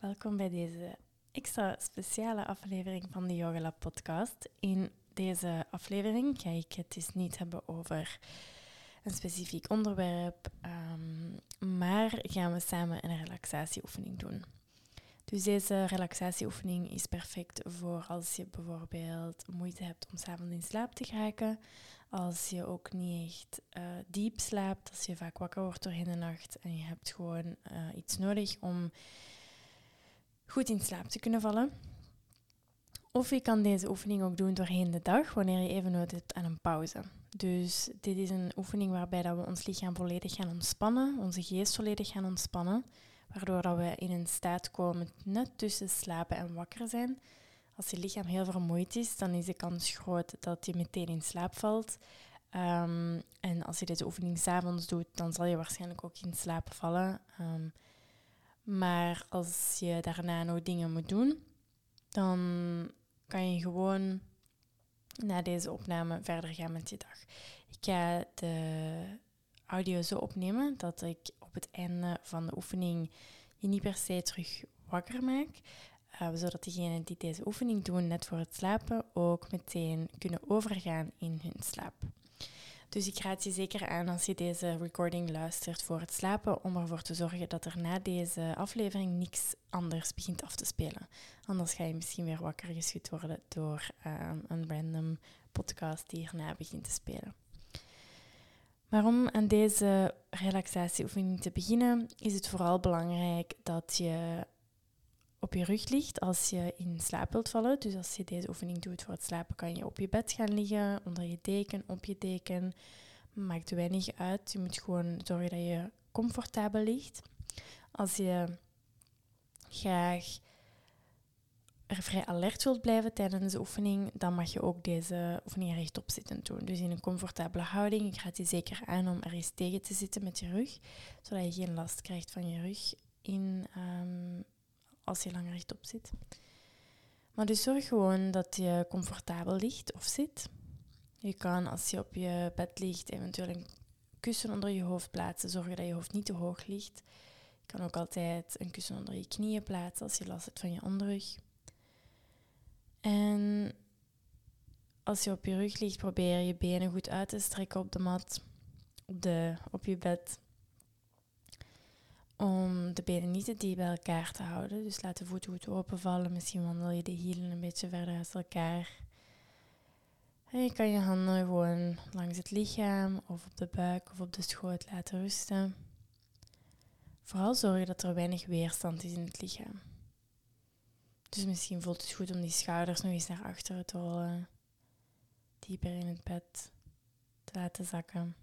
Welkom bij deze extra speciale aflevering van de Yoga Lab podcast. In deze aflevering ga ik het dus niet hebben over een specifiek onderwerp, maar gaan we samen een relaxatieoefening doen. Dus deze relaxatieoefening is perfect voor als je bijvoorbeeld moeite hebt om 's avonds in slaap te geraken, als je ook niet echt diep slaapt, als je vaak wakker wordt doorheen de nacht en je hebt gewoon iets nodig om goed in slaap te kunnen vallen. Of je kan deze oefening ook doen doorheen de dag, wanneer je even nood hebt aan een pauze. Dus dit is een oefening waarbij dat we ons lichaam volledig gaan ontspannen, onze geest volledig gaan ontspannen, waardoor dat we in een staat komen net tussen slapen en wakker zijn. Als je lichaam heel vermoeid is, dan is de kans groot dat je meteen in slaap valt. En als je deze oefening 's avonds doet, dan zal je waarschijnlijk ook in slaap vallen. Maar als je daarna nog dingen moet doen, dan kan je gewoon na deze opname verder gaan met je dag. Ik ga de audio zo opnemen dat ik op het einde van de oefening je niet per se terug wakker maak. Zodat degenen die deze oefening doen net voor het slapen ook meteen kunnen overgaan in hun slaap. Dus ik raad je zeker aan als je deze recording luistert voor het slapen om ervoor te zorgen dat er na deze aflevering niks anders begint af te spelen. Anders ga je misschien weer wakker geschud worden door een random podcast die hierna begint te spelen. Maar om aan deze relaxatieoefening te beginnen is het vooral belangrijk dat je op je rug ligt als je in slaap wilt vallen. Dus als je deze oefening doet voor het slapen, kan je op je bed gaan liggen, onder je deken, op je deken. Maakt weinig uit. Je moet gewoon zorgen dat je comfortabel ligt. Als je graag er vrij alert wilt blijven tijdens de oefening, dan mag je ook deze oefening rechtop zittend doen. Dus in een comfortabele houding. Ik raad je zeker aan om er eens tegen te zitten met je rug, zodat je geen last krijgt van je rug als je lang rechtop zit. Maar dus zorg gewoon dat je comfortabel ligt of zit. Je kan, als je op je bed ligt, eventueel een kussen onder je hoofd plaatsen. Zorgen dat je hoofd niet te hoog ligt. Je kan ook altijd een kussen onder je knieën plaatsen als je last hebt van je onderrug. En als je op je rug ligt, probeer je benen goed uit te strekken op de mat, op je bed. Om de benen niet te diep bij elkaar te houden. Dus laat de voeten goed openvallen. Misschien wandel je de hielen een beetje verder uit elkaar. En je kan je handen gewoon langs het lichaam of op de buik of op de schoot laten rusten. Vooral zorgen dat er weinig weerstand is in het lichaam. Dus misschien voelt het goed om die schouders nog eens naar achteren te rollen. Dieper in het bed te laten zakken.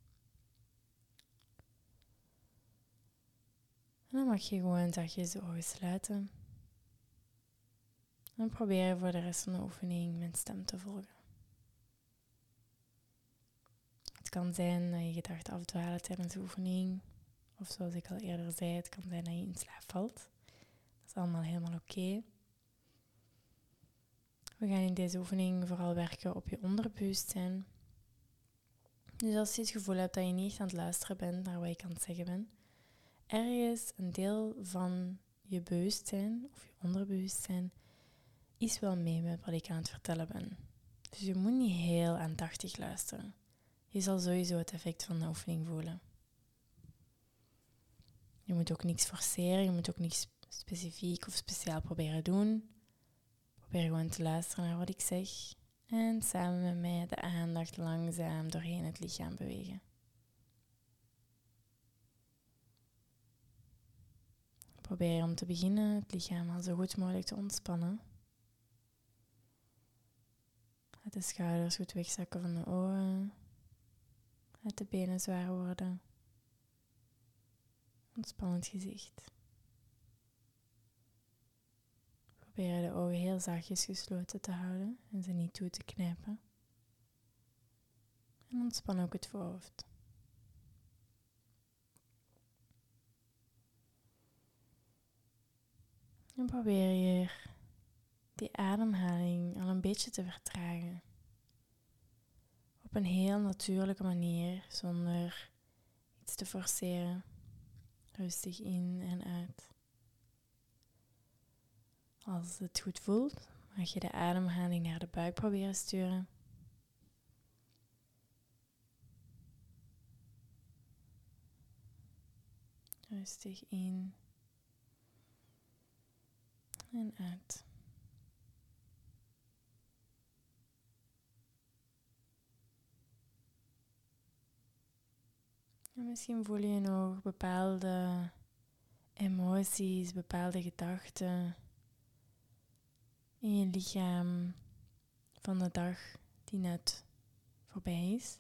En dan mag je gewoon zachtjes de ogen sluiten. En proberen voor de rest van de oefening mijn stem te volgen. Het kan zijn dat je gedachten afdwalen tijdens de oefening. Of zoals ik al eerder zei, het kan zijn dat je in slaap valt. Dat is allemaal helemaal oké. We gaan in deze oefening vooral werken op je onderbewustzijn. Dus als je het gevoel hebt dat je niet echt aan het luisteren bent naar wat ik aan het zeggen ben, ergens een deel van je bewustzijn of je onderbewustzijn is wel mee met wat ik aan het vertellen ben. Dus je moet niet heel aandachtig luisteren. Je zal sowieso het effect van de oefening voelen. Je moet ook niks forceren, je moet ook niks specifiek of speciaal proberen doen. Probeer gewoon te luisteren naar wat ik zeg en samen met mij de aandacht langzaam doorheen het lichaam bewegen. Probeer om te beginnen het lichaam al zo goed mogelijk te ontspannen. Laat de schouders goed wegzakken van de oren. Laat de benen zwaar worden. Ontspan het gezicht. Probeer de ogen heel zachtjes gesloten te houden en ze niet toe te knijpen. En ontspan ook het voorhoofd. En probeer hier die ademhaling al een beetje te vertragen. Op een heel natuurlijke manier, zonder iets te forceren. Rustig in en uit. Als het goed voelt, mag je de ademhaling naar de buik proberen sturen. Rustig in en uit. En misschien voel je nog bepaalde emoties, bepaalde gedachten in je lichaam van de dag die net voorbij is.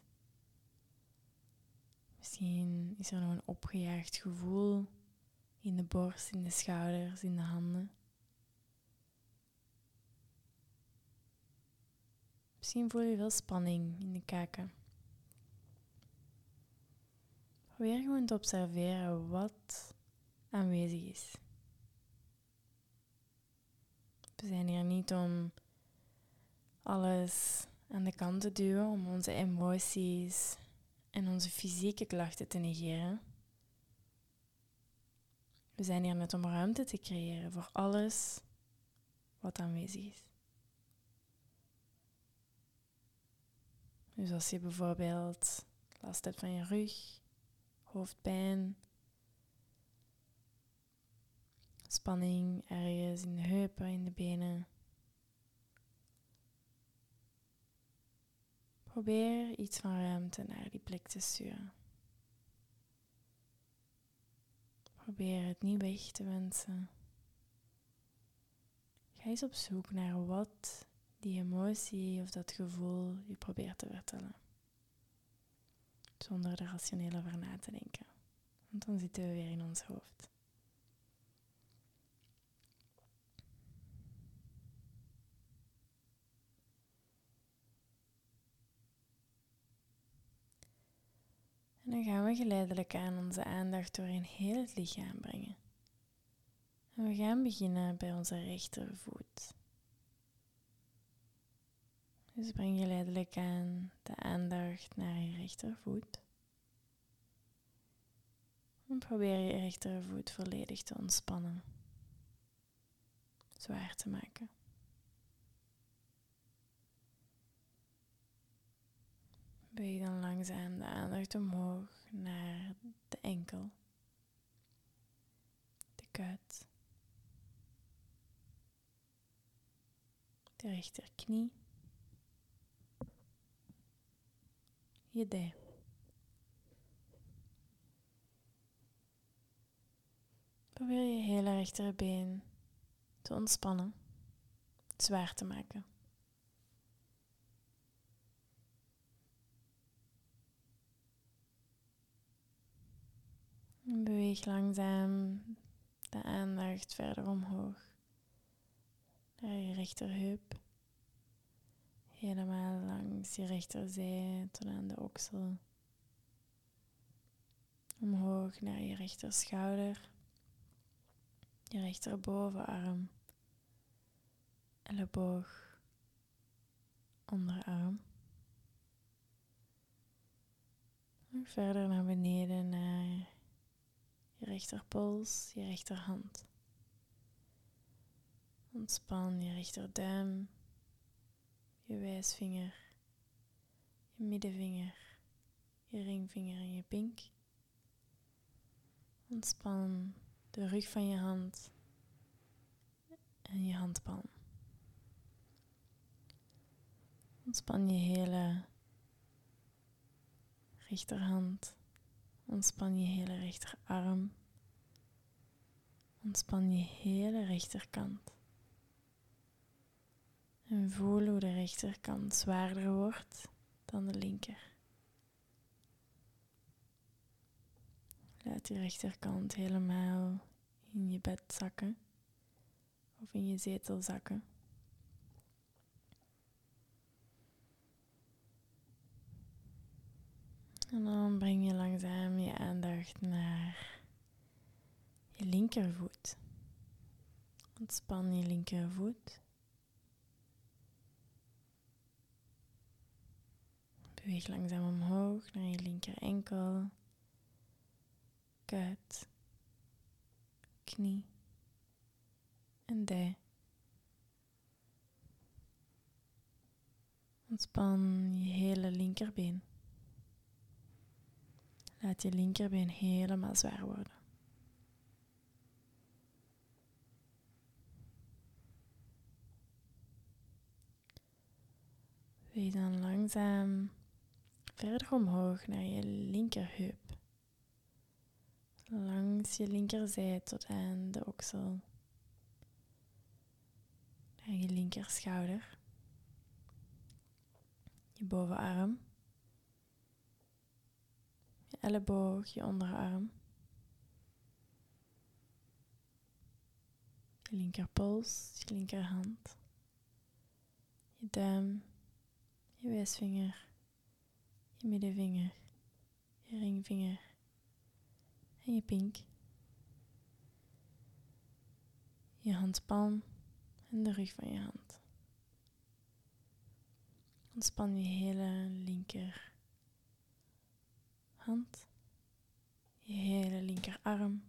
Misschien is er nog een opgejaagd gevoel in de borst, in de schouders, in de handen. Misschien voel je wel spanning in de kaken. Probeer gewoon te observeren wat aanwezig is. We zijn hier niet om alles aan de kant te duwen, om onze emoties en onze fysieke klachten te negeren. We zijn hier net om ruimte te creëren voor alles wat aanwezig is. Dus als je bijvoorbeeld last hebt van je rug, hoofdpijn, spanning ergens in de heupen, in de benen. Probeer iets van ruimte naar die plek te sturen. Probeer het niet weg te wensen. Ga eens op zoek naar wat die emotie of dat gevoel je probeert te vertellen. Zonder er rationeel over na te denken. Want dan zitten we weer in ons hoofd. En dan gaan we geleidelijk aan onze aandacht doorheen heel het lichaam brengen. En we gaan beginnen bij onze rechtervoet. Dus breng geleidelijk aan de aandacht naar je rechtervoet. En probeer je rechtervoet volledig te ontspannen. Zwaar te maken. Beweeg dan langzaam de aandacht omhoog naar de enkel, de kuit, de rechterknie, je dij. Probeer je hele rechterbeen te ontspannen, zwaar te maken. En beweeg langzaam de aandacht verder omhoog naar je rechterheup. Helemaal langs je rechterzij tot aan de oksel. Omhoog naar je rechterschouder. Je rechterbovenarm. Elleboog. Onderarm. Nog verder naar beneden naar je rechterpols, je rechterhand. Ontspan je rechterduim, je wijsvinger, je middenvinger, je ringvinger en je pink. Ontspan de rug van je hand en je handpalm. Ontspan je hele rechterhand. Ontspan je hele rechterarm. Ontspan je hele rechterkant. En voel hoe de rechterkant zwaarder wordt dan de linker. Laat die rechterkant helemaal in je bed zakken. Of in je zetel zakken. En dan breng je langzaam je aandacht naar je linkervoet. Ontspan je linkervoet. Beweeg langzaam omhoog naar je linker enkel, kuit, knie en dij. Ontspan je hele linkerbeen. Laat je linkerbeen helemaal zwaar worden. Beweeg dan langzaam verder omhoog naar je linkerheup. Langs je linkerzij tot aan de oksel. Naar je linkerschouder. Je bovenarm. Je elleboog, je onderarm. Je linkerpols, je linkerhand. Je duim, je wijsvinger, je middenvinger, je ringvinger en je pink. Je handpalm en de rug van je hand. Ontspan je hele linkerhand, je hele linkerarm.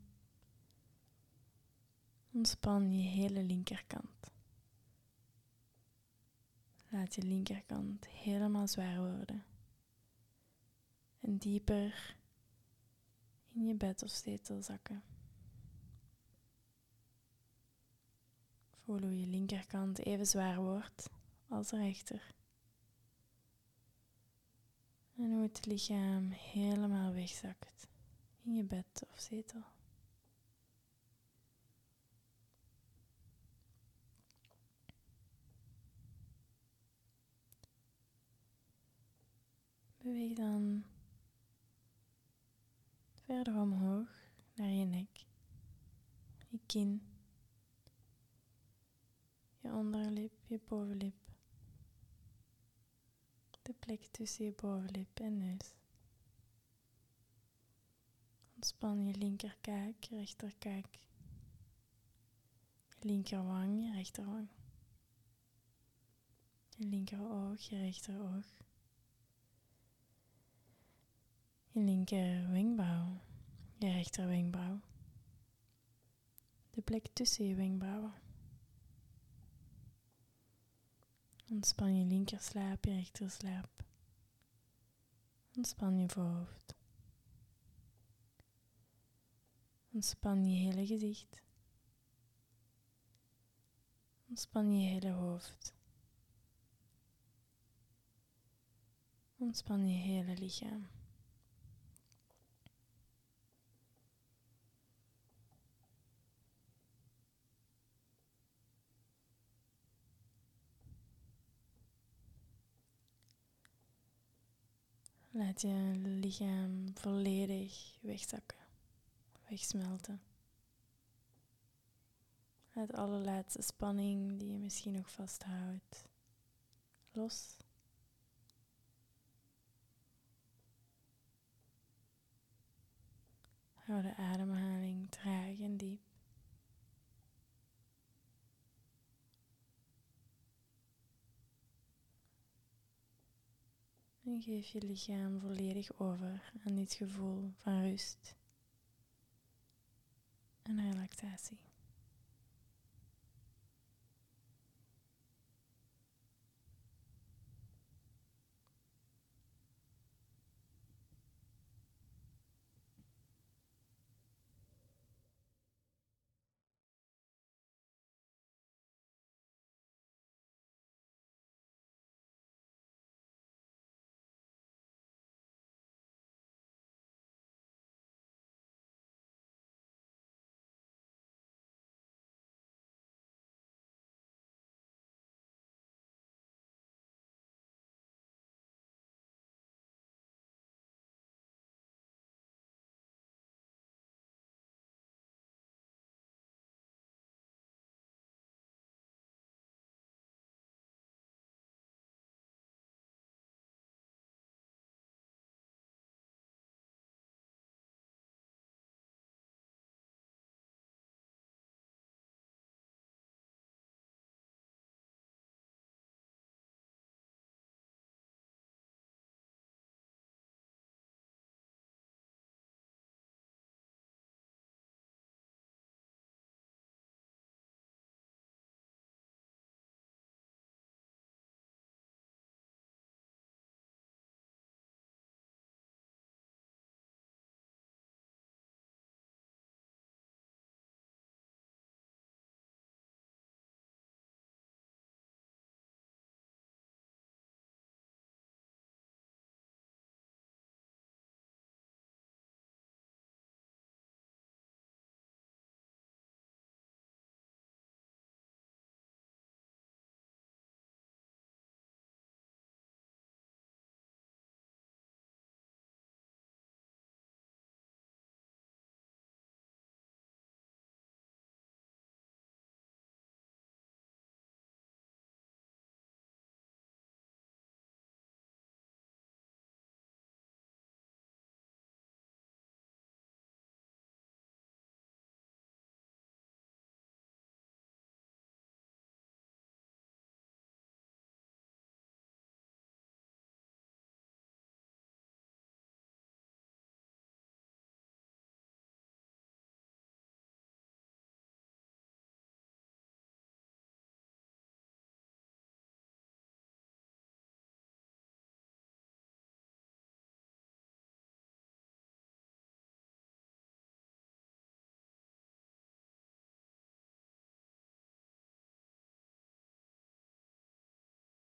Ontspan je hele linkerkant. Laat je linkerkant helemaal zwaar worden. En dieper in je bed of zetel zakken. Voel hoe je linkerkant even zwaar wordt als de rechter. En hoe het lichaam helemaal wegzakt in je bed of zetel. Beweeg dan verder omhoog naar je nek, je kin, je onderlip, je bovenlip, de plek tussen je bovenlip en neus. Ontspan je linkerkaak, je rechterkaak, je linkerwang, je rechterwang, je linkeroog, je rechteroog, je linker wenkbrauw, je rechter wenkbrauw, de plek tussen je wenkbrauwen. Ontspan je linkerslaap, je rechterslaap. Ontspan je voorhoofd. Ontspan je hele gezicht. Ontspan je hele hoofd. Ontspan je hele lichaam. Laat je lichaam volledig wegzakken, wegsmelten. Laat alle laatste spanning die je misschien nog vasthoudt los. Hou de ademhaling traag en diep. En geef je lichaam volledig over aan dit gevoel van rust en relaxatie.